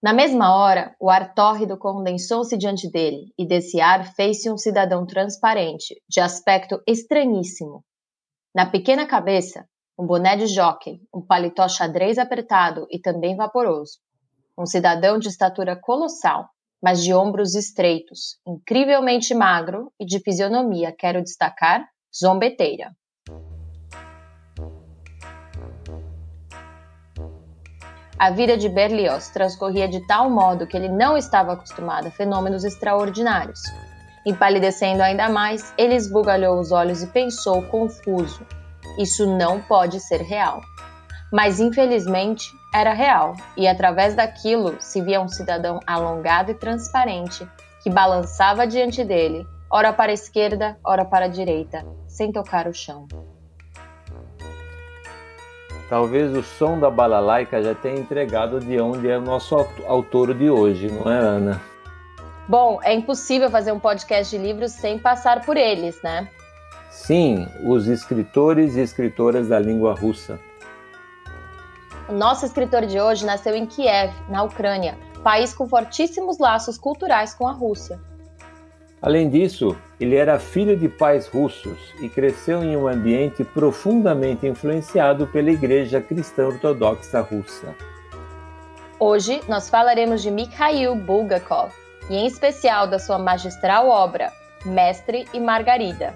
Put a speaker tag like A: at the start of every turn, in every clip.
A: Na mesma hora, o ar tórrido condensou-se diante dele, e desse ar fez-se um cidadão transparente, de aspecto estranhíssimo. Na pequena cabeça, um boné de jóquei, um paletó xadrez apertado e também vaporoso. Um cidadão de estatura colossal, mas de ombros estreitos, incrivelmente magro e de fisionomia, quero destacar, zombeteira. A vida de Berlioz transcorria de tal modo que ele não estava acostumado a fenômenos extraordinários. Empalidecendo ainda mais, ele esbugalhou os olhos e pensou, confuso: isso não pode ser real. Mas, infelizmente, era real, e através daquilo se via um cidadão alongado e transparente, que balançava diante dele, ora para a esquerda, ora para a direita, sem tocar o chão.
B: Talvez o som da balalaica já tenha entregado de onde é o nosso autor de hoje, não é, Ana?
A: Bom, é impossível fazer um podcast de livros sem passar por eles, né?
B: Sim, os escritores e escritoras da língua russa.
A: O nosso escritor de hoje nasceu em Kiev, na Ucrânia, país com fortíssimos laços culturais com a Rússia.
B: Além disso, ele era filho de pais russos e cresceu em um ambiente profundamente influenciado pela Igreja Cristã Ortodoxa Russa.
A: Hoje, nós falaremos de Mikhail Bulgakov, e em especial da sua magistral obra, Mestre e Margarida.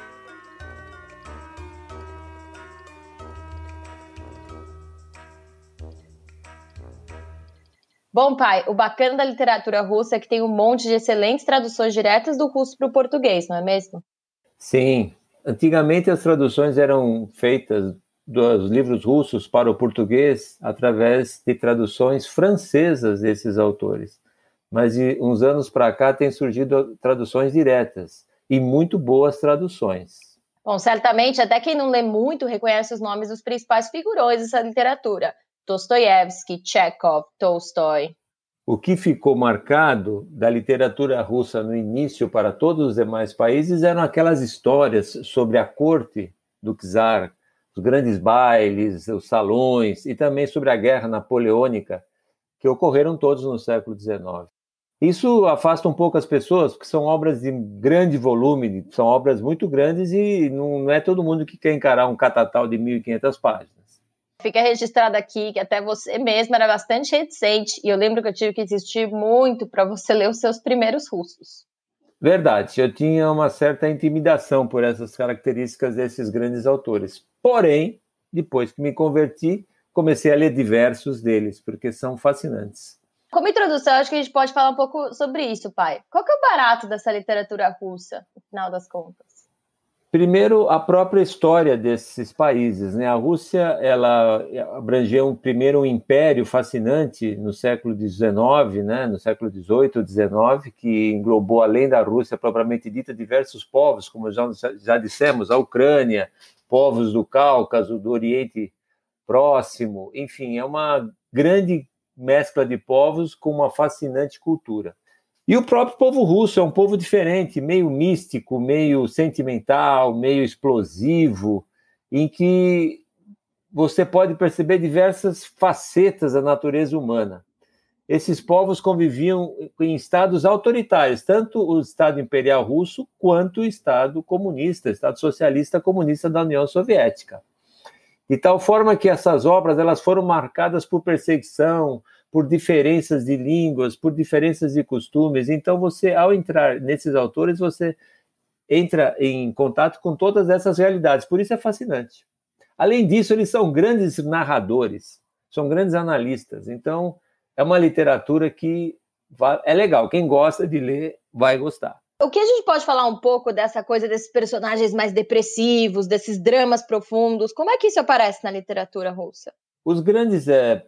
A: Bom, pai, o bacana da literatura russa é que tem um monte de excelentes traduções diretas do russo para o português, não é mesmo?
B: Sim, antigamente as traduções eram feitas dos livros russos para o português através de traduções francesas desses autores. Mas de uns anos para cá tem surgido traduções diretas e muito boas traduções.
A: Bom, certamente até quem não lê muito reconhece os nomes dos principais figurões dessa literatura. Dostoiévski, Chekhov, Tolstói.
B: O que ficou marcado da literatura russa no início para todos os demais países eram aquelas histórias sobre a corte do czar, os grandes bailes, os salões, e também sobre a guerra napoleônica, que ocorreram todos no século XIX. Isso afasta um pouco as pessoas, porque são obras de grande volume, são obras muito grandes e não é todo mundo que quer encarar um catatal de 1.500 páginas.
A: Fica registrado aqui que até você mesmo era bastante reticente, e eu lembro que eu tive que insistir muito para você ler os seus primeiros russos.
B: Verdade, eu tinha uma certa intimidação por essas características desses grandes autores. Porém, depois que me converti, comecei a ler diversos deles, porque são fascinantes.
A: Como introdução, acho que a gente pode falar um pouco sobre isso, pai. Qual que é o barato dessa literatura russa, no final das contas?
B: Primeiro, a própria história desses países, né? A Rússia, ela abrangeu primeiro um império fascinante no século XIX, né? No século XVIII, XIX, que englobou, além da Rússia propriamente dita, diversos povos, como já dissemos, a Ucrânia, povos do Cáucaso, do Oriente Próximo, enfim, é uma grande mescla de povos com uma fascinante cultura. E o próprio povo russo é um povo diferente, meio místico, meio sentimental, meio explosivo, em que você pode perceber diversas facetas da natureza humana. Esses povos conviviam em estados autoritários, tanto o Estado Imperial Russo quanto o Estado comunista, o Estado Socialista Comunista da União Soviética. De tal forma que essas obras elas foram marcadas por perseguição, por diferenças de línguas, por diferenças de costumes. Então, você, ao entrar nesses autores, você entra em contato com todas essas realidades. Por isso é fascinante. Além disso, eles são grandes narradores, são grandes analistas. Então, é uma literatura que é legal. Quem gosta de ler vai gostar.
A: O que a gente pode falar um pouco dessa coisa desses personagens mais depressivos, desses dramas profundos? Como é que isso aparece na literatura russa?
B: Os grandes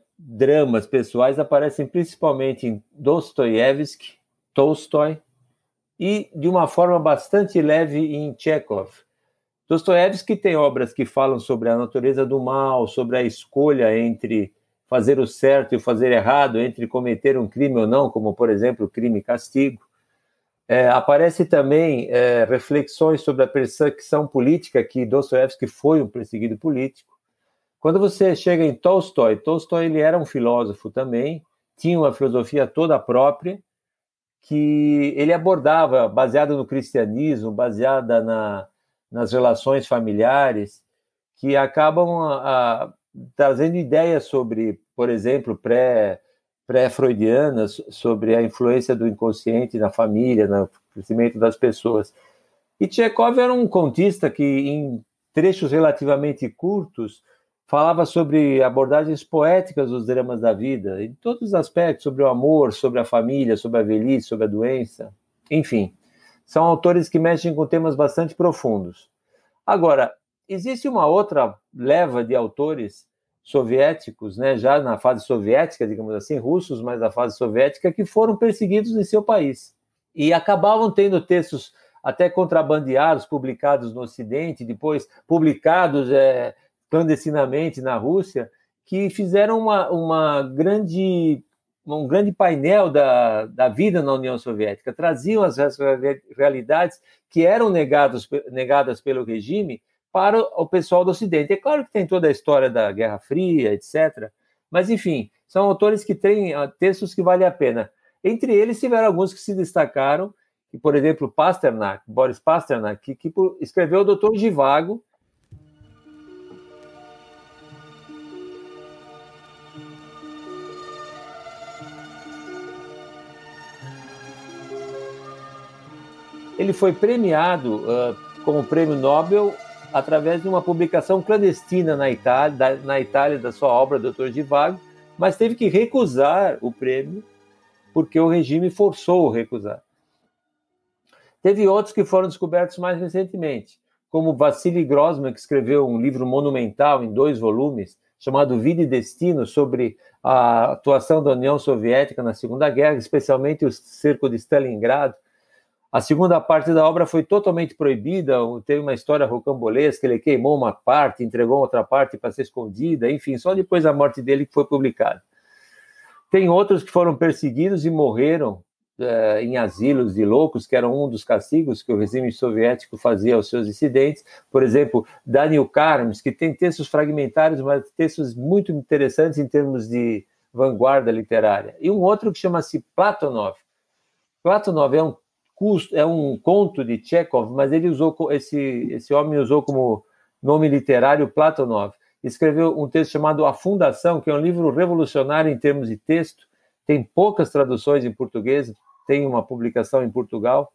B: dramas pessoais aparecem principalmente em Dostoiévski, Tolstói e, de uma forma bastante leve, em Chekhov. Dostoiévski tem obras que falam sobre a natureza do mal, sobre a escolha entre fazer o certo e o fazer errado, entre cometer um crime ou não, como, por exemplo, crime e castigo. Aparece também reflexões sobre a perseguição política, que Dostoiévski foi um perseguido político. Quando você chega em Tolstói ele era um filósofo também, tinha uma filosofia toda própria, que ele abordava, baseada no cristianismo, baseada nas relações familiares, que acabam trazendo ideias sobre, por exemplo, pré-freudianas, sobre a influência do inconsciente na família, no crescimento das pessoas. E Tchekhov era um contista que, em trechos relativamente curtos, falava sobre abordagens poéticas dos dramas da vida, em todos os aspectos, sobre o amor, sobre a família, sobre a velhice, sobre a doença. Enfim, são autores que mexem com temas bastante profundos. Agora, existe uma outra leva de autores soviéticos, né, já na fase soviética, digamos assim, russos, mas na fase soviética, que foram perseguidos em seu país. E acabavam tendo textos até contrabandeados, publicados no Ocidente, depois publicados clandestinamente na Rússia, que fizeram um grande painel da vida na União Soviética, traziam as realidades que eram negadas pelo regime para o pessoal do Ocidente. É claro que tem toda a história da Guerra Fria, etc., mas, enfim, são autores que têm textos que valem a pena. Entre eles, tiveram alguns que se destacaram, por exemplo, Boris Pasternak, que escreveu o Dr. Zhivago. Ele foi premiado com o Prêmio Nobel através de uma publicação clandestina na Itália da sua obra Dr. Zhivago, mas teve que recusar o prêmio porque o regime forçou-o a recusar. Teve outros que foram descobertos mais recentemente, como Vassily Grossman, que escreveu um livro monumental em 2 volumes, chamado Vida e Destino, sobre a atuação da União Soviética na Segunda Guerra, especialmente o cerco de Stalingrado. A segunda parte da obra foi totalmente proibida, teve uma história rocambolesca, ele queimou uma parte, entregou outra parte para ser escondida, enfim, só depois da morte dele que foi publicado. Tem outros que foram perseguidos e morreram em asilos de loucos, que eram um dos castigos que o regime soviético fazia aos seus dissidentes. Por exemplo, Daniel Karms, que tem textos fragmentários, mas textos muito interessantes em termos de vanguarda literária. E um outro que chama-se Platonov. Platonov é um conto de Tchekhov, mas ele usou esse homem usou como nome literário Platonov. Escreveu um texto chamado A Fundação, que é um livro revolucionário em termos de texto. Tem poucas traduções em português, tem uma publicação em Portugal,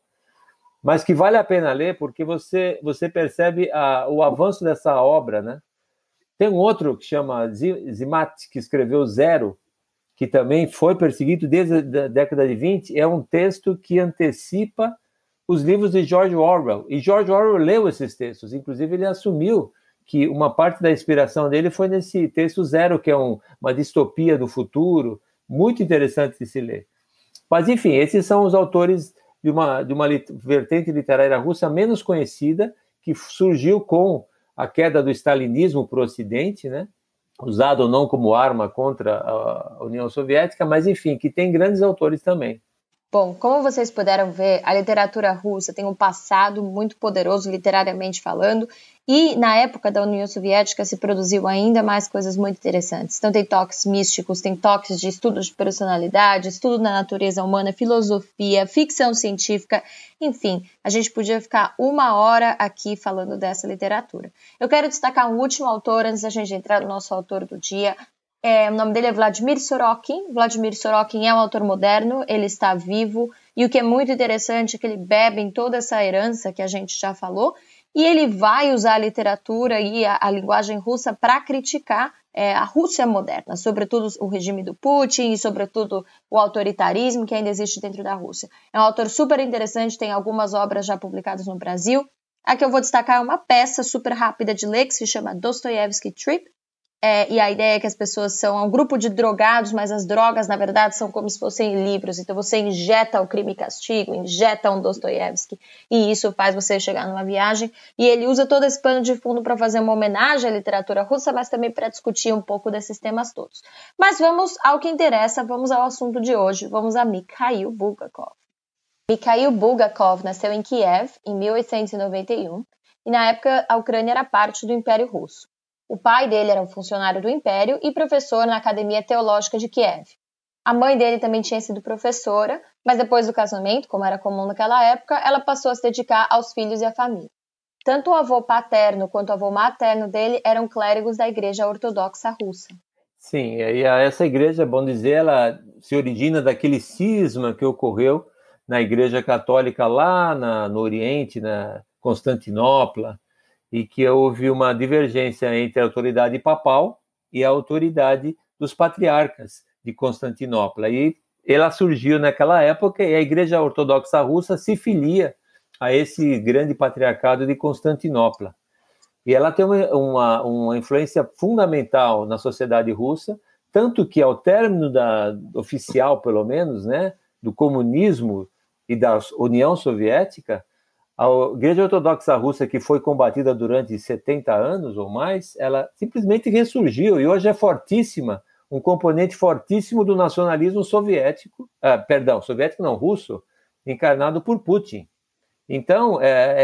B: mas que vale a pena ler porque você percebe o avanço dessa obra, né? Tem um outro que chama Zimat, que escreveu Zero, que também foi perseguido desde a década de 20, é um texto que antecipa os livros de George Orwell. E George Orwell leu esses textos, inclusive ele assumiu que uma parte da inspiração dele foi nesse texto Zero, que é uma distopia do futuro, muito interessante de se ler. Mas, enfim, esses são os autores de uma vertente literária russa menos conhecida, que surgiu com a queda do stalinismo para o Ocidente, né? Usado ou não como arma contra a União Soviética, mas, enfim, que tem grandes autores também.
A: Bom, como vocês puderam ver, a literatura russa tem um passado muito poderoso, literariamente falando, e na época da União Soviética se produziu ainda mais coisas muito interessantes. Então tem toques místicos, tem toques de estudo de personalidade, estudo da natureza humana, filosofia, ficção científica, enfim, a gente podia ficar 1 hora aqui falando dessa literatura. Eu quero destacar um último autor, antes da gente entrar no nosso autor do dia. O nome dele é Vladimir Sorokin. Vladimir Sorokin é um autor moderno, ele está vivo, e o que é muito interessante é que ele bebe em toda essa herança que a gente já falou, e ele vai usar a literatura e a linguagem russa para criticar a Rússia moderna, sobretudo o regime do Putin e sobretudo o autoritarismo que ainda existe dentro da Rússia. É um autor super interessante, tem algumas obras já publicadas no Brasil. A que eu vou destacar é uma peça super rápida de ler que se chama Dostoiévski Trip. E a ideia é que as pessoas são um grupo de drogados, mas as drogas, na verdade, são como se fossem livros. Então, você injeta o Crime e Castigo, injeta um Dostoiévski, e isso faz você chegar numa viagem. E ele usa todo esse pano de fundo para fazer uma homenagem à literatura russa, mas também para discutir um pouco desses temas todos. Mas vamos ao que interessa, vamos ao assunto de hoje. Vamos a Mikhail Bulgakov. Mikhail Bulgakov nasceu em Kiev, em 1891, e na época a Ucrânia era parte do Império Russo. O pai dele era um funcionário do Império e professor na Academia Teológica de Kiev. A mãe dele também tinha sido professora, mas depois do casamento, como era comum naquela época, ela passou a se dedicar aos filhos e à família. Tanto o avô paterno quanto o avô materno dele eram clérigos da Igreja Ortodoxa Russa.
B: Sim, e essa igreja, é bom dizer, ela se origina daquele cisma que ocorreu na Igreja Católica lá no Oriente, na Constantinopla, e que houve uma divergência entre a autoridade papal e a autoridade dos patriarcas de Constantinopla. E ela surgiu naquela época e a Igreja Ortodoxa Russa se filia a esse grande patriarcado de Constantinopla. E ela tem uma influência fundamental na sociedade russa, tanto que ao término oficial, pelo menos, né, do comunismo e da União Soviética, a Igreja Ortodoxa Russa, que foi combatida durante 70 anos ou mais, ela simplesmente ressurgiu e hoje é fortíssima, um componente fortíssimo do nacionalismo soviético, soviético não, russo, encarnado por Putin. Então, é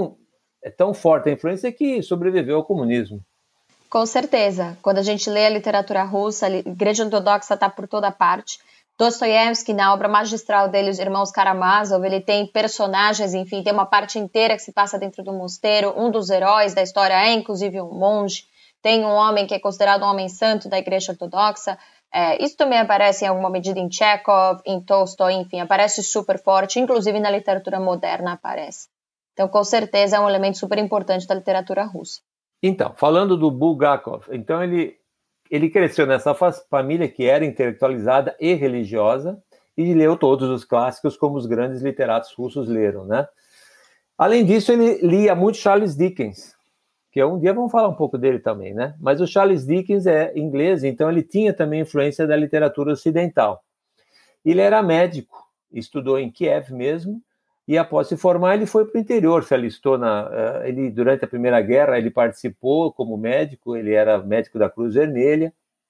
B: tão forte a influência que sobreviveu ao comunismo.
A: Com certeza. Quando a gente lê a literatura russa, a Igreja Ortodoxa está por toda parte. Dostoiévski, na obra magistral dele, Os Irmãos Karamazov, ele tem personagens, enfim, tem uma parte inteira que se passa dentro do mosteiro. Um dos heróis da história é, inclusive, um monge. Tem um homem que é considerado um homem santo da Igreja Ortodoxa. Isso também aparece em alguma medida em Chekhov, em Tolstói, enfim, aparece super forte, inclusive na literatura moderna aparece. Então, com certeza, é um elemento super importante da literatura russa.
B: Então, falando do Bulgakov, então ele cresceu nessa família que era intelectualizada e religiosa e leu todos os clássicos como os grandes literatos russos leram, né? Além disso, ele lia muito Charles Dickens, que um dia vamos falar um pouco dele também, né? Mas o Charles Dickens é inglês, então ele tinha também influência da literatura ocidental. Ele era médico, estudou em Kiev mesmo, e após se formar ele foi para o interior, se alistou durante a Primeira Guerra, ele participou como médico, ele era médico da Cruz Vermelha.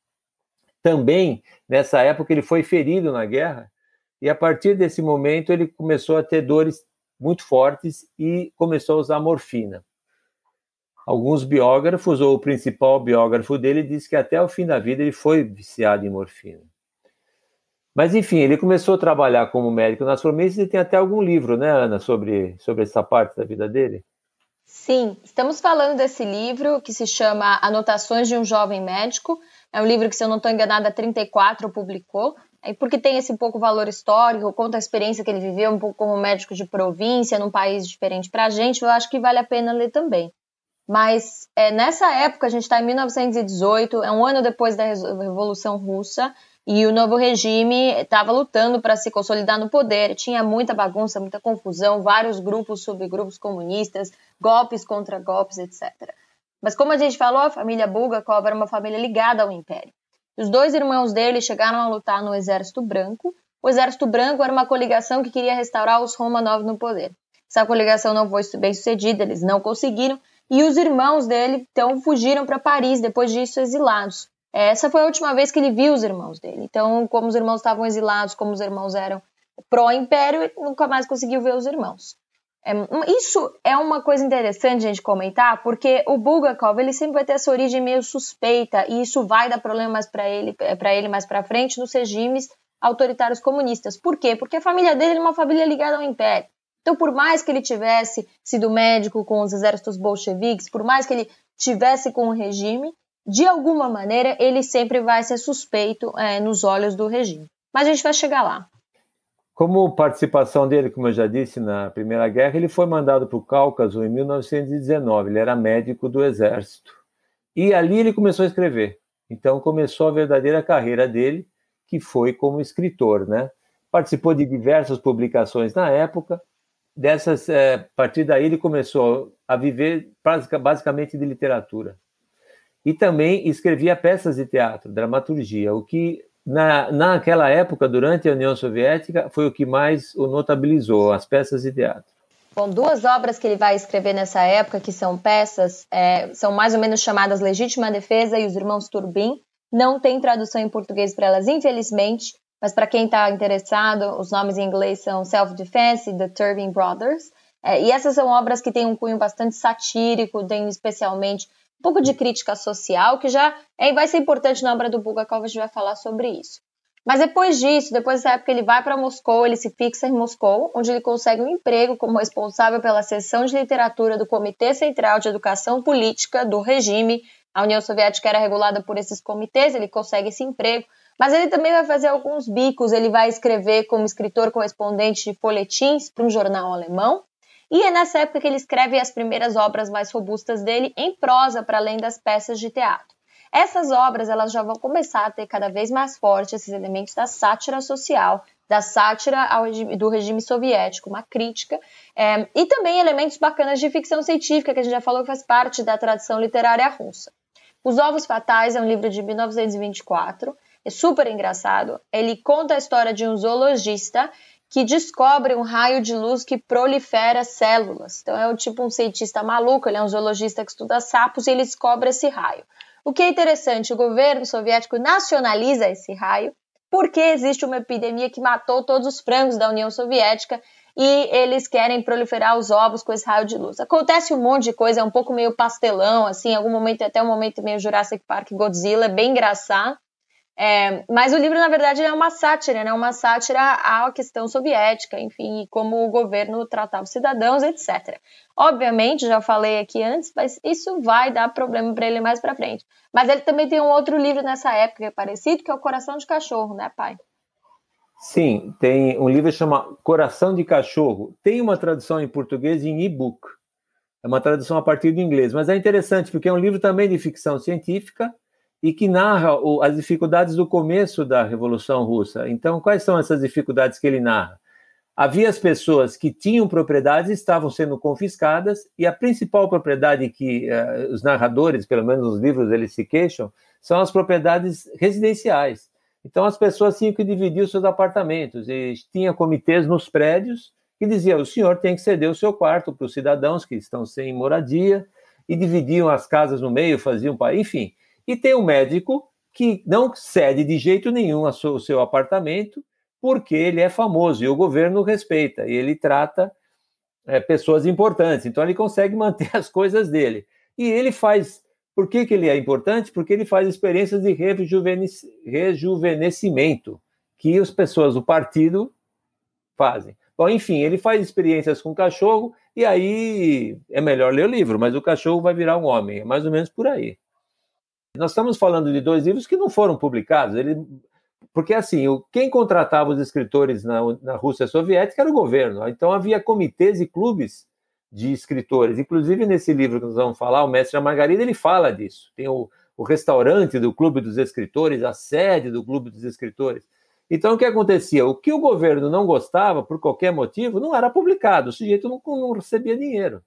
B: Também, nessa época, ele foi ferido na guerra, e a partir desse momento ele começou a ter dores muito fortes e começou a usar morfina. Alguns biógrafos, ou o principal biógrafo dele, diz que até o fim da vida ele foi viciado em morfina. Mas, enfim, ele começou a trabalhar como médico nas farmácias e tem até algum livro, né, Ana, sobre essa parte da vida dele?
A: Sim, estamos falando desse livro que se chama Anotações de um Jovem Médico. É um livro que, se eu não estou enganada, a 34 publicou, porque tem esse pouco valor histórico, conta a experiência que ele viveu um pouco como médico de província, num país diferente para a gente, eu acho que vale a pena ler também. Mas nessa época, a gente está em 1918, é um ano depois da Revolução Russa, e o novo regime estava lutando para se consolidar no poder. Tinha muita bagunça, muita confusão, vários grupos, subgrupos comunistas, golpes contra golpes, etc. Mas como a gente falou, a família Bulgakov era uma família ligada ao Império. Os dois irmãos dele chegaram a lutar no Exército Branco. O Exército Branco era uma coligação que queria restaurar os Romanov no poder. Essa coligação não foi bem sucedida, eles não conseguiram, e os irmãos dele então fugiram para Paris, depois disso exilados. Essa foi a última vez que ele viu os irmãos dele. Então, como os irmãos estavam exilados, como os irmãos eram pró-império, ele nunca mais conseguiu ver os irmãos. Isso é uma coisa interessante a gente comentar, porque o Bulgakov ele sempre vai ter essa origem meio suspeita, e isso vai dar problemas para ele mais para frente nos regimes autoritários comunistas. Por quê? Porque a família dele é uma família ligada ao império. Então, por mais que ele tivesse sido médico com os exércitos bolcheviques, por mais que ele tivesse com o regime, de alguma maneira, ele sempre vai ser suspeito nos olhos do regime. Mas a gente vai chegar lá.
B: Como participação dele, como eu já disse, na Primeira Guerra, ele foi mandado para o Cáucaso em 1919. Ele era médico do Exército. E ali ele começou a escrever. Então começou a verdadeira carreira dele, que foi como escritor, né? Participou de diversas publicações na época. A partir daí ele começou a viver basicamente de literatura. E também escrevia peças de teatro, dramaturgia, o que naquela época, durante a União Soviética, foi o que mais o notabilizou, as peças de teatro.
A: Bom, duas obras que ele vai escrever nessa época, que são peças, são mais ou menos chamadas Legítima Defesa e Os Irmãos Turbin. Não tem tradução em português para elas, infelizmente, mas para quem está interessado, os nomes em inglês são Self-Defense e The Turbin Brothers. E essas são obras que têm um cunho bastante satírico, tem especialmente um pouco de crítica social, que já vai ser importante na obra do Bulgakov, a gente vai falar sobre isso. Mas depois disso, depois dessa época, ele vai para Moscou, ele se fixa em Moscou, onde ele consegue um emprego como responsável pela seção de literatura do Comitê Central de Educação Política do regime. A União Soviética era regulada por esses comitês, ele consegue esse emprego. Mas ele também vai fazer alguns bicos, ele vai escrever como escritor correspondente de folhetins para um jornal alemão. E é nessa época que ele escreve as primeiras obras mais robustas dele em prosa, para além das peças de teatro. Essas obras elas já vão começar a ter cada vez mais forte esses elementos da sátira social, da sátira do regime soviético, uma crítica, e também elementos bacanas de ficção científica, que a gente já falou que faz parte da tradição literária russa. Os Ovos Fatais é um livro de 1924, é super engraçado. Ele conta a história de um zoologista que descobre um raio de luz que prolifera células. Então é tipo um cientista maluco, ele é um zoologista que estuda sapos e ele descobre esse raio. O que é interessante, o governo soviético nacionaliza esse raio porque existe uma epidemia que matou todos os frangos da União Soviética e eles querem proliferar os ovos com esse raio de luz. Acontece um monte de coisa, é um pouco meio pastelão, assim, em algum momento até um momento meio Jurassic Park, Godzilla, é bem engraçado. Mas o livro, na verdade, é uma sátira, né? Uma sátira à questão soviética, enfim, como o governo tratava os cidadãos, etc. Obviamente, já falei aqui antes, mas isso vai dar problema para ele mais para frente. Mas ele também tem um outro livro nessa época que é parecido, que é O Coração de Cachorro, né, pai?
B: Sim, tem um livro que chama Coração de Cachorro. Tem uma tradução em português em e-book. É uma tradução a partir do inglês, mas é interessante porque é um livro também de ficção científica e que narra as dificuldades do começo da Revolução Russa. Então, quais são essas dificuldades que ele narra? Havia as pessoas que tinham propriedades e estavam sendo confiscadas, e a principal propriedade que os narradores, pelo menos nos livros, eles se queixam, são as propriedades residenciais. Então, as pessoas tinham que dividir os seus apartamentos, e tinha comitês nos prédios que diziam: o senhor tem que ceder o seu quarto para os cidadãos que estão sem moradia, e dividiam as casas no meio, faziam, enfim. E tem um médico que não cede de jeito nenhum o seu apartamento, porque ele é famoso e o governo respeita, e ele trata pessoas importantes, então ele consegue manter as coisas dele. E ele faz... Por que ele é importante? Porque ele faz experiências de rejuvenescimento, que as pessoas do partido fazem. Bom, enfim, ele faz experiências com o cachorro, e aí é melhor ler o livro, mas o cachorro vai virar um homem, é mais ou menos por aí. Nós estamos falando de 2 livros que não foram publicados, porque assim, quem contratava os escritores na Rússia soviética era o governo, então havia comitês e clubes de escritores, inclusive nesse livro que nós vamos falar, O Mestre e a Margarida, ele fala disso, tem o restaurante do Clube dos Escritores, a sede do Clube dos Escritores. Então o que acontecia? O que o governo não gostava, por qualquer motivo, não era publicado, o sujeito não recebia dinheiro.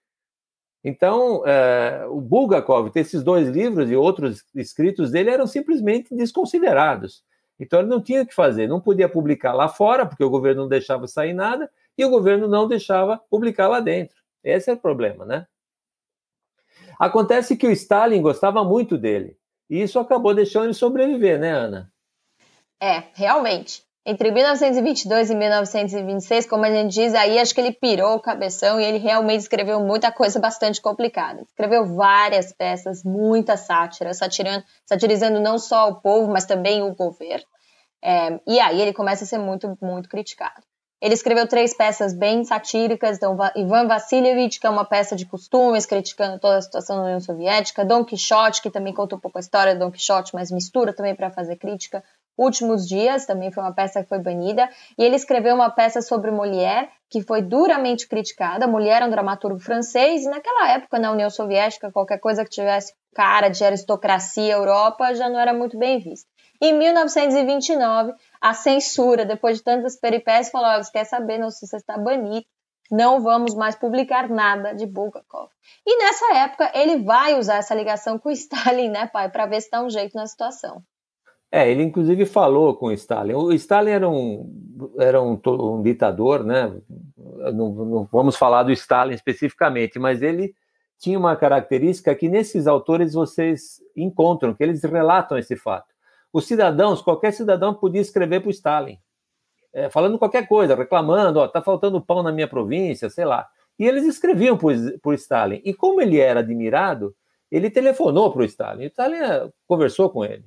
B: Então, o Bulgakov, esses 2 livros e outros escritos dele eram simplesmente desconsiderados. Então, ele não tinha o que fazer, não podia publicar lá fora, porque o governo não deixava sair nada, e o governo não deixava publicar lá dentro. Esse é o problema, né? Acontece que o Stalin gostava muito dele, e isso acabou deixando ele sobreviver, né, Ana?
A: Realmente. Entre 1922 e 1926, como a gente diz, aí acho que ele pirou o cabeção e ele realmente escreveu muita coisa bastante complicada. Escreveu várias peças, muita sátira, satirizando não só o povo, mas também o governo. E aí ele começa a ser muito, muito criticado. Ele escreveu 3 peças bem satíricas, então Ivan Vassilievich, que é uma peça de costumes, criticando toda a situação da União Soviética, Dom Quixote, que também conta um pouco a história do Dom Quixote, mas mistura também para fazer crítica, Últimos Dias, também foi uma peça que foi banida, e ele escreveu uma peça sobre Molière, que foi duramente criticada. Molière é um dramaturgo francês, e naquela época, na União Soviética, qualquer coisa que tivesse cara de aristocracia Europa já não era muito bem vista. Em 1929, a censura, depois de tantas peripécias, falou: você quer saber, não, se você está banido, não vamos mais publicar nada de Bulgakov. E nessa época, ele vai usar essa ligação com o Stalin, né, pai, para ver se dá um jeito na situação.
B: Ele inclusive falou com o Stalin. O Stalin era um ditador, né? Não vamos falar do Stalin especificamente, mas ele tinha uma característica que nesses autores vocês encontram, que eles relatam esse fato. Os cidadãos, qualquer cidadão podia escrever para o Stalin, falando qualquer coisa, reclamando: está faltando pão na minha província, sei lá. E eles escreviam para o Stalin. E como ele era admirado, ele telefonou para o Stalin. O Stalin conversou com ele.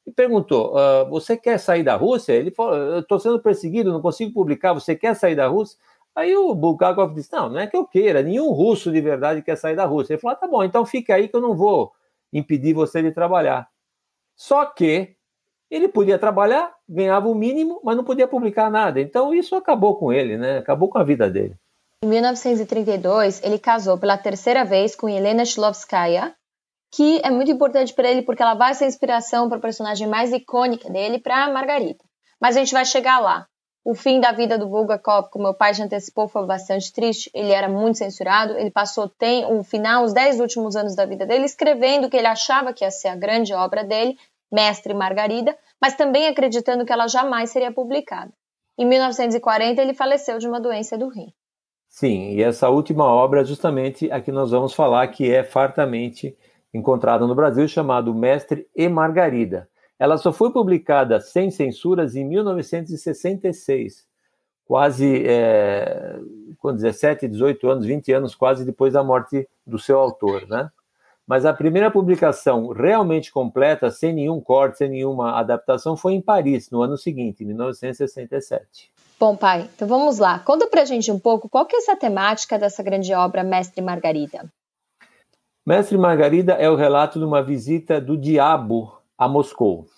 B: e perguntou, você quer sair da Rússia? Ele falou, eu estou sendo perseguido, não consigo publicar, você quer sair da Rússia? Aí o Bulgakov disse, não é que eu queira, nenhum russo de verdade quer sair da Rússia. Ele falou, tá bom, então fica aí que eu não vou impedir você de trabalhar. Só que ele podia trabalhar, ganhava o mínimo, mas não podia publicar nada. Então isso acabou com ele, né? Acabou com a vida dele.
A: Em 1932, ele casou pela terceira vez com Helena Shlovskaya, que é muito importante para ele porque ela vai ser inspiração para a personagem mais icônica dele, para a Margarita. Mas a gente vai chegar lá. O fim da vida do Bulgakov, como meu pai já antecipou, foi bastante triste. Ele era muito censurado. Ele passou os 10 últimos anos da vida dele escrevendo o que ele achava que ia ser a grande obra dele, Mestre e Margarida, mas também acreditando que ela jamais seria publicada. Em 1940, ele faleceu de uma doença do rim.
B: Sim, e essa última obra é justamente a que nós vamos falar, que é fartamente encontrada no Brasil, chamado Mestre e Margarida. Ela só foi publicada sem censuras em 1966, quase com 17, 18 anos, 20 anos quase depois da morte do seu autor, né? Mas a primeira publicação realmente completa, sem nenhum corte, sem nenhuma adaptação, foi em Paris, no ano seguinte, em 1967.
A: Bom, pai, então vamos lá. Conta pra gente um pouco qual que é essa temática dessa grande obra Mestre e Margarida.
B: Mestre e Margarida é o relato de uma visita do diabo a Moscou.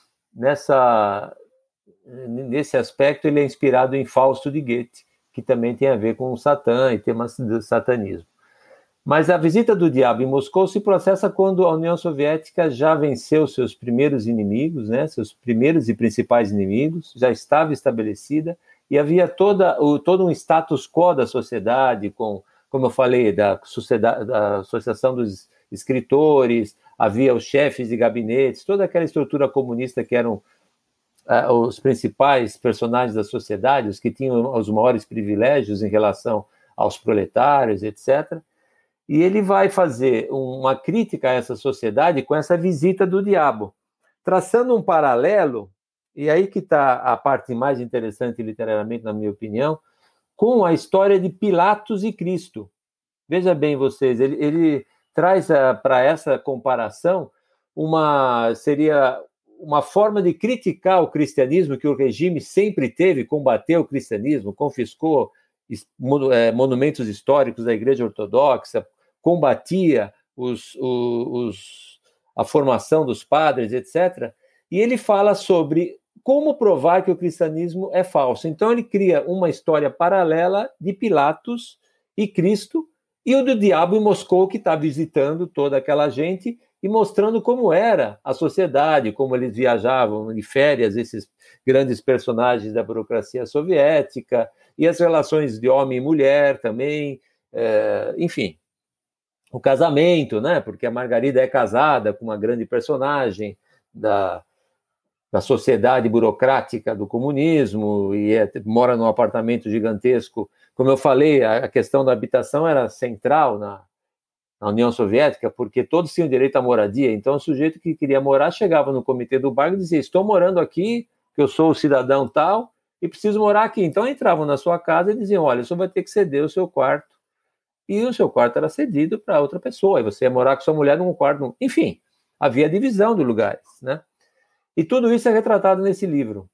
B: Nesse aspecto, ele é inspirado em Fausto de Goethe, que também tem a ver com o Satã e temas do satanismo. Mas a visita do diabo em Moscou se processa quando a União Soviética já venceu seus primeiros inimigos, né, seus primeiros e principais inimigos, já estava estabelecida, e havia todo um status quo da sociedade, como eu falei, da Associação dos Escritores, havia os chefes de gabinetes, toda aquela estrutura comunista que eram os principais personagens da sociedade, os que tinham os maiores privilégios em relação aos proletários, etc. E ele vai fazer uma crítica a essa sociedade com essa visita do diabo, traçando um paralelo, e aí que está a parte mais interessante literariamente, na minha opinião, com a história de Pilatos e Cristo. Veja bem vocês, ele traz para essa comparação seria uma forma de criticar o cristianismo que o regime sempre teve, combateu o cristianismo, confiscou monumentos históricos da Igreja Ortodoxa, combatia a formação dos padres, etc. E ele fala sobre como provar que o cristianismo é falso. Então ele cria uma história paralela de Pilatos e Cristo, e o do diabo em Moscou, que está visitando toda aquela gente e mostrando como era a sociedade, como eles viajavam de férias, esses grandes personagens da burocracia soviética, e as relações de homem e mulher também, enfim, o casamento, né? Porque a Margarida é casada com uma grande personagem da sociedade burocrática do comunismo e mora num apartamento gigantesco. Como eu falei, a questão da habitação era central na União Soviética, porque todos tinham direito à moradia. Então, o sujeito que queria morar chegava no comitê do bairro e dizia: estou morando aqui, que eu sou o cidadão tal, e preciso morar aqui. Então, entravam na sua casa e diziam: olha, você vai ter que ceder o seu quarto. E o seu quarto era cedido para outra pessoa. E você ia morar com sua mulher num quarto. Enfim, havia divisão de lugares, né? E tudo isso é retratado nesse livro.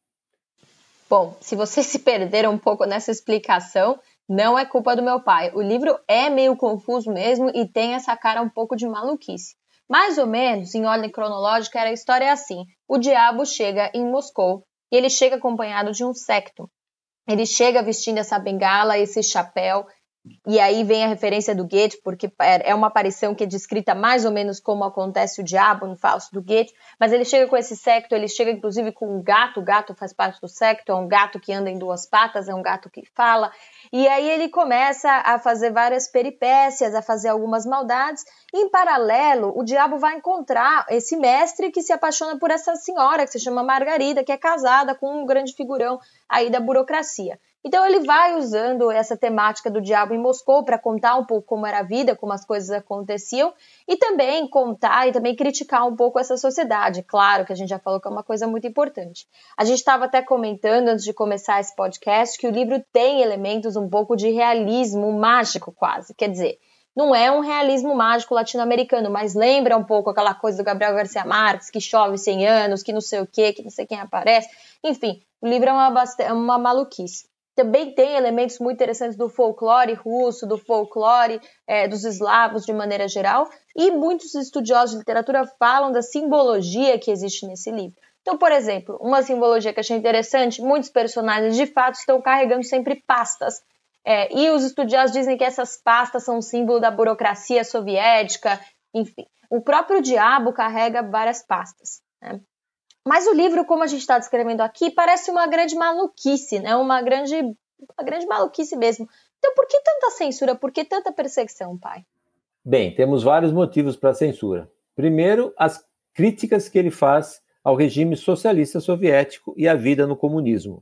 A: Bom, se vocês se perderam um pouco nessa explicação, não é culpa do meu pai. O livro é meio confuso mesmo e tem essa cara um pouco de maluquice. Mais ou menos, em ordem cronológica, a história é assim. O diabo chega em Moscou e ele chega acompanhado de um séquito. Ele chega vestindo essa bengala, esse chapéu, e aí vem a referência do Goethe, porque é uma aparição que é descrita mais ou menos como acontece o diabo no Fausto do Goethe, mas ele chega com esse séquito, ele chega inclusive com um gato, o gato faz parte do séquito, é um gato que anda em duas patas, é um gato que fala, e aí ele começa a fazer várias peripécias, a fazer algumas maldades, e em paralelo o diabo vai encontrar esse mestre que se apaixona por essa senhora, que se chama Margarida, que é casada com um grande figurão aí da burocracia. Então ele vai usando essa temática do diabo em Moscou para contar um pouco como era a vida, como as coisas aconteciam, e também contar e também criticar um pouco essa sociedade. Claro que a gente já falou que é uma coisa muito importante. A gente estava até comentando antes de começar esse podcast que o livro tem elementos um pouco de realismo mágico quase. Quer dizer, Não é um realismo mágico latino-americano, mas lembra um pouco aquela coisa do Gabriel Garcia Marques, que chove 100 anos, que não sei o quê, que não sei quem aparece. Enfim, o livro é uma maluquice. Também tem elementos muito interessantes do folclore russo, do folclore dos eslavos de maneira geral, e muitos estudiosos de literatura falam da simbologia que existe nesse livro. Então, por exemplo, uma simbologia que eu achei interessante, muitos personagens de fato estão carregando sempre pastas, e os estudiosos dizem que essas pastas são um símbolo da burocracia soviética, enfim. O próprio diabo carrega várias pastas, né? Mas o livro, como a gente está descrevendo aqui, parece uma grande maluquice, né? Uma grande maluquice mesmo. Então, por que tanta censura? Por que tanta perseguição, pai?
B: Bem, temos vários motivos para a censura. Primeiro, as críticas que ele faz ao regime socialista soviético e à vida no comunismo.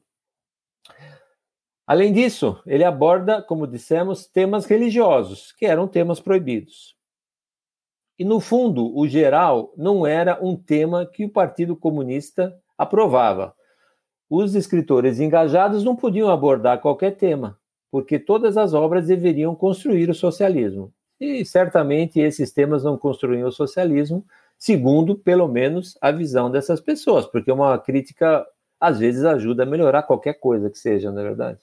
B: Além disso, ele aborda, como dissemos, temas religiosos, que eram temas proibidos. E, no fundo, o geral não era um tema que o Partido Comunista aprovava. Os escritores engajados não podiam abordar qualquer tema, porque todas as obras deveriam construir o socialismo. E, certamente, esses temas não construíam o socialismo, segundo, pelo menos, a visão dessas pessoas, porque uma crítica, às vezes, ajuda a melhorar qualquer coisa que seja, não é verdade?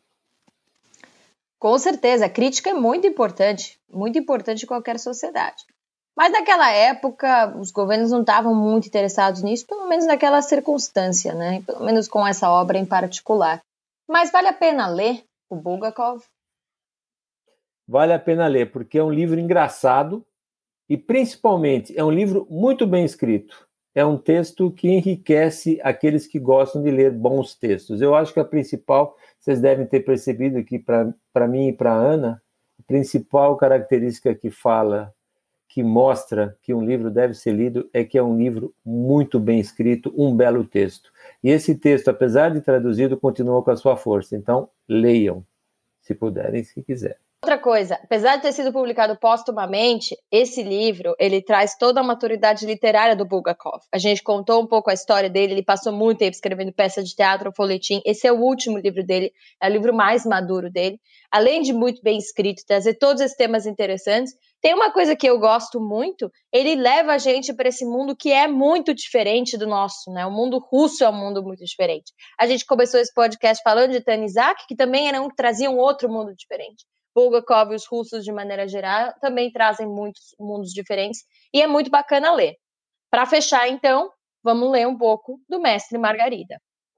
A: Com certeza, a crítica é muito importante em qualquer sociedade. Mas naquela época, os governos não estavam muito interessados nisso, pelo menos naquela circunstância, né? Pelo menos com essa obra em particular. Mas vale a pena ler o Bulgakov?
B: Vale a pena ler, porque é um livro engraçado e, principalmente, é um livro muito bem escrito. É um texto que enriquece aqueles que gostam de ler bons textos. Eu acho que a principal, vocês devem ter percebido que, para mim e para a Ana, a principal característica que mostra que um livro deve ser lido é que é um livro muito bem escrito, um belo texto. E esse texto, apesar de traduzido, continua com a sua força. Então, leiam, se puderem, se quiserem.
A: Outra coisa, apesar de ter sido publicado póstumamente, esse livro, ele traz toda a maturidade literária do Bulgakov. A gente contou um pouco a história dele, ele passou muito tempo escrevendo peça de teatro, folhetim. Esse é o último livro dele, é o livro mais maduro dele. Além de muito bem escrito, trazer todos esses temas interessantes, tem uma coisa que eu gosto muito, ele leva a gente para esse mundo que é muito diferente do nosso, né? O mundo russo é um mundo muito diferente. A gente começou esse podcast falando de Tanizak, que também trazia um outro mundo diferente. Bulgakov e os russos, de maneira geral, também trazem muitos mundos diferentes e é muito bacana ler. Para fechar, então, vamos ler um pouco do Mestre Margarida.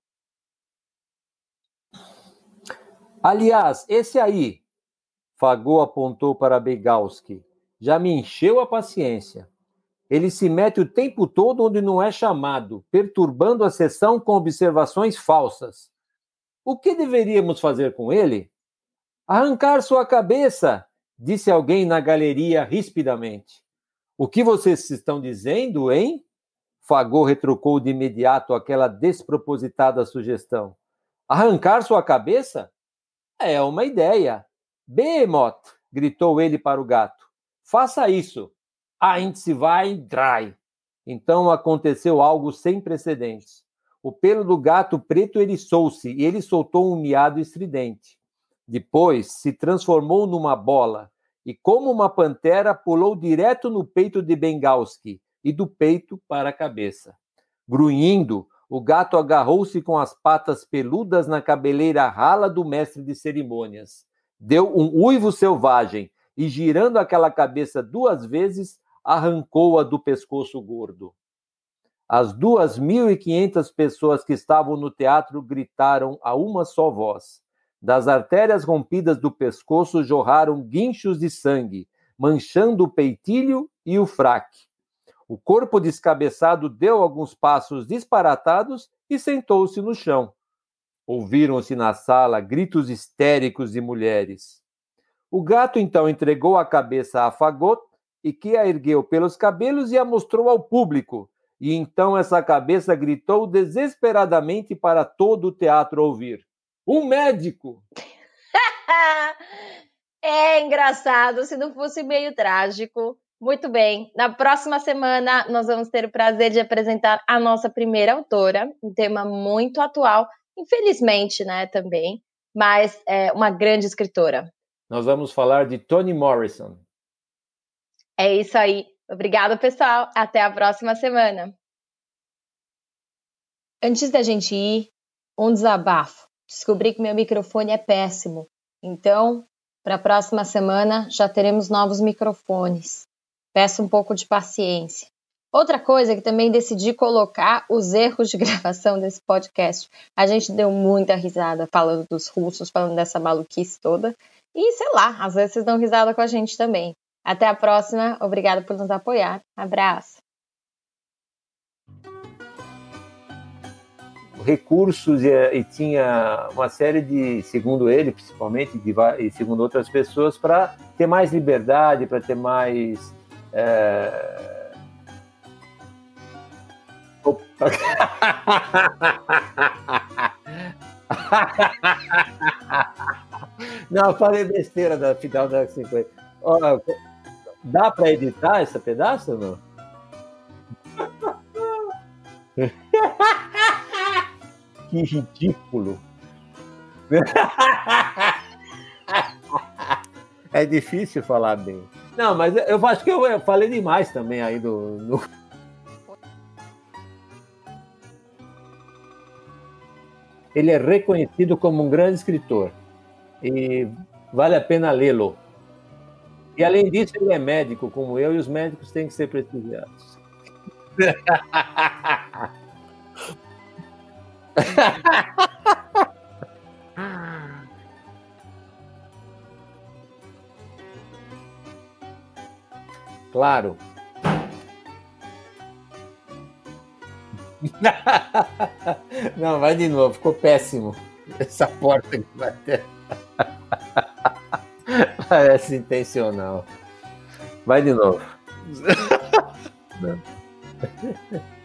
B: Aliás, esse aí, Fagô apontou para Begalski, já me encheu a paciência. Ele se mete o tempo todo onde não é chamado, perturbando a sessão com observações falsas. O que deveríamos fazer com ele? Arrancar sua cabeça, disse alguém na galeria rispidamente. O que vocês estão dizendo, hein? Fagô retrucou de imediato aquela despropositada sugestão. Arrancar sua cabeça? É uma ideia. Behemoth, gritou ele para o gato. Faça isso. Ainda se vai dry. Então aconteceu algo sem precedentes. O pelo do gato preto eriçou-se e ele soltou um miado estridente. Depois se transformou numa bola e, como uma pantera, pulou direto no peito de Bengalski e do peito para a cabeça. Grunhindo, o gato agarrou-se com as patas peludas na cabeleira rala do mestre de cerimônias. Deu um uivo selvagem e, girando aquela cabeça 2 vezes, arrancou-a do pescoço gordo. As 2.500 pessoas que estavam no teatro gritaram a uma só voz. Das artérias rompidas do pescoço jorraram guinchos de sangue, manchando o peitilho e o fraque. O corpo descabeçado deu alguns passos disparatados e sentou-se no chão. Ouviram-se na sala gritos histéricos de mulheres. O gato então entregou a cabeça a Fagot e que a ergueu pelos cabelos e a mostrou ao público. E então essa cabeça gritou desesperadamente para todo o teatro ouvir. Um médico!
A: É engraçado, se não fosse meio trágico. Muito bem, na próxima semana nós vamos ter o prazer de apresentar a nossa primeira autora, um tema muito atual, infelizmente, né, também, mas é uma grande escritora.
B: Nós vamos falar de Toni Morrison.
A: É isso aí. Obrigada, pessoal. Até a próxima semana. Antes da gente ir, um desabafo. Descobri que meu microfone é péssimo. Então, para a próxima semana, já teremos novos microfones. Peço um pouco de paciência. Outra coisa é que também decidi colocar os erros de gravação desse podcast. A gente deu muita risada falando dos russos, falando dessa maluquice toda. E, sei lá, às vezes vocês dão risada com a gente também. Até a próxima. Obrigada por nos apoiar. Abraço.
B: Recursos e tinha uma série de, segundo ele, principalmente, e segundo outras pessoas, para ter mais liberdade, para ter mais... Não, eu falei besteira da final da 50. Dá para editar esse pedaço ou não? Que ridículo. É difícil falar bem. Não, mas eu acho que eu falei demais também aí do... Ele é reconhecido como um grande escritor e vale a pena lê-lo. E além disso, ele é médico como eu, e os médicos têm que ser prestigiados. Claro. Não, vai de novo, ficou péssimo. Essa porta que vai ter. Parece intencional. Vai de novo. Não.